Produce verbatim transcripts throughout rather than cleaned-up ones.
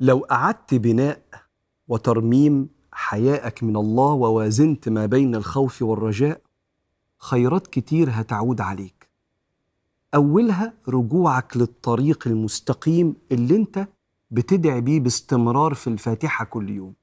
لو أعدت بناء وترميم حيائك من الله ووازنت ما بين الخوف والرجاء، خيرات كتير هتعود عليك. أولها رجوعك للطريق المستقيم اللي انت بتدعي بيه باستمرار في الفاتحة كل يوم.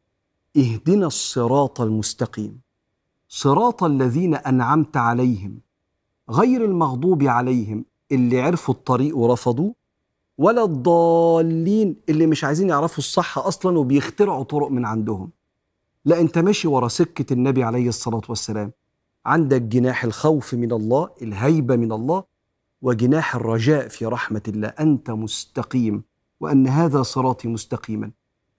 اهدنا الصراط المستقيم صراط الذين أنعمت عليهم غير المغضوب عليهم اللي عرفوا الطريق ورفضوه، ولا الضالين اللي مش عايزين يعرفوا الصح أصلا وبيخترعوا طرق من عندهم. لا، انت ماشي ورا سكة النبي عليه الصلاة والسلام. عندك جناح الخوف من الله، الهيبة من الله، وجناح الرجاء في رحمة الله. أنت مستقيم، وأن هذا صراطي مستقيما.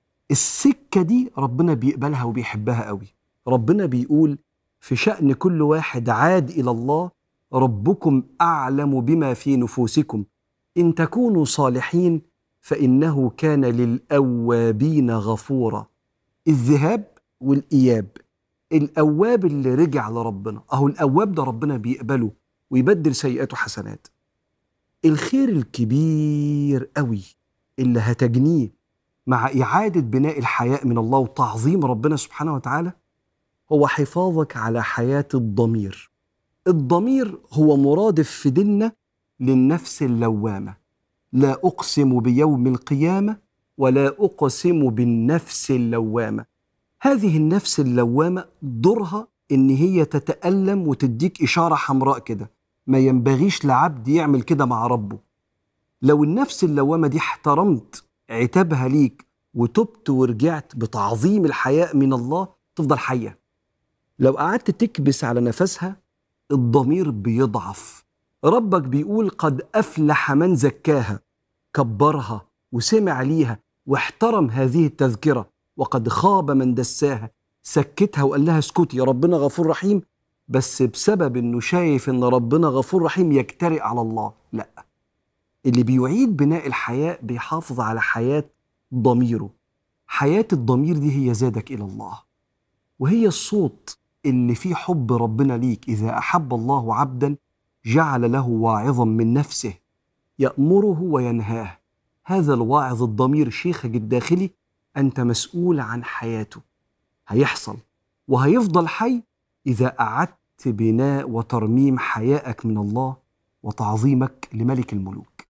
السكة دي ربنا بيقبلها وبيحبها قوي. ربنا بيقول في شأن كل واحد عاد إلى الله: ربكم أعلم بما في نفوسكم إن تكونوا صالحين فإنه كان للأوابين غفورا. الذهاب والإياب. الأواب اللي رجع لربنا، أهو الأواب ده ربنا بيقبله ويبدل سيئاته حسنات. الخير الكبير قوي اللي هتجنيه مع إعادة بناء الحياء من الله وتعظيم ربنا سبحانه وتعالى هو حفاظك على حياة الضمير. الضمير هو مرادف في ديننا للنفس اللوامة. لا أقسم بيوم القيامة ولا أقسم بالنفس اللوامة. هذه النفس اللوامة دورها إن هي تتألم وتديك إشارة حمراء كده، ما ينبغيش لعبد يعمل كده مع ربه. لو النفس اللوامة دي احترمت عتابها ليك وتبت ورجعت بتعظيم الحياء من الله، تفضل حية. لو قعدت تكبس على نفسها، الضمير بيضعف. ربك بيقول: قد أفلح من زكاها، كبرها وسمع ليها واحترم هذه التذكرة، وقد خاب من دساها، سكتها وقال لها اسكتي، ربنا غفور رحيم، بس بسبب انه شايف ان ربنا غفور رحيم يجترئ على الله. لا، اللي بيعيد بناء الحياء بيحافظ على حياة ضميره. حياة الضمير دي هي زادك إلى الله، وهي الصوت اللي فيه حب ربنا ليك. إذا أحب الله عبدا جعل له واعظا من نفسه يأمره وينهاه. هذا الواعظ الضمير شيخك الداخلي، أنت مسؤول عن حياته. هيحصل وهيفضل حي إذا أعدت بناء وترميم حيائك من الله وتعظيمك لملك الملوك.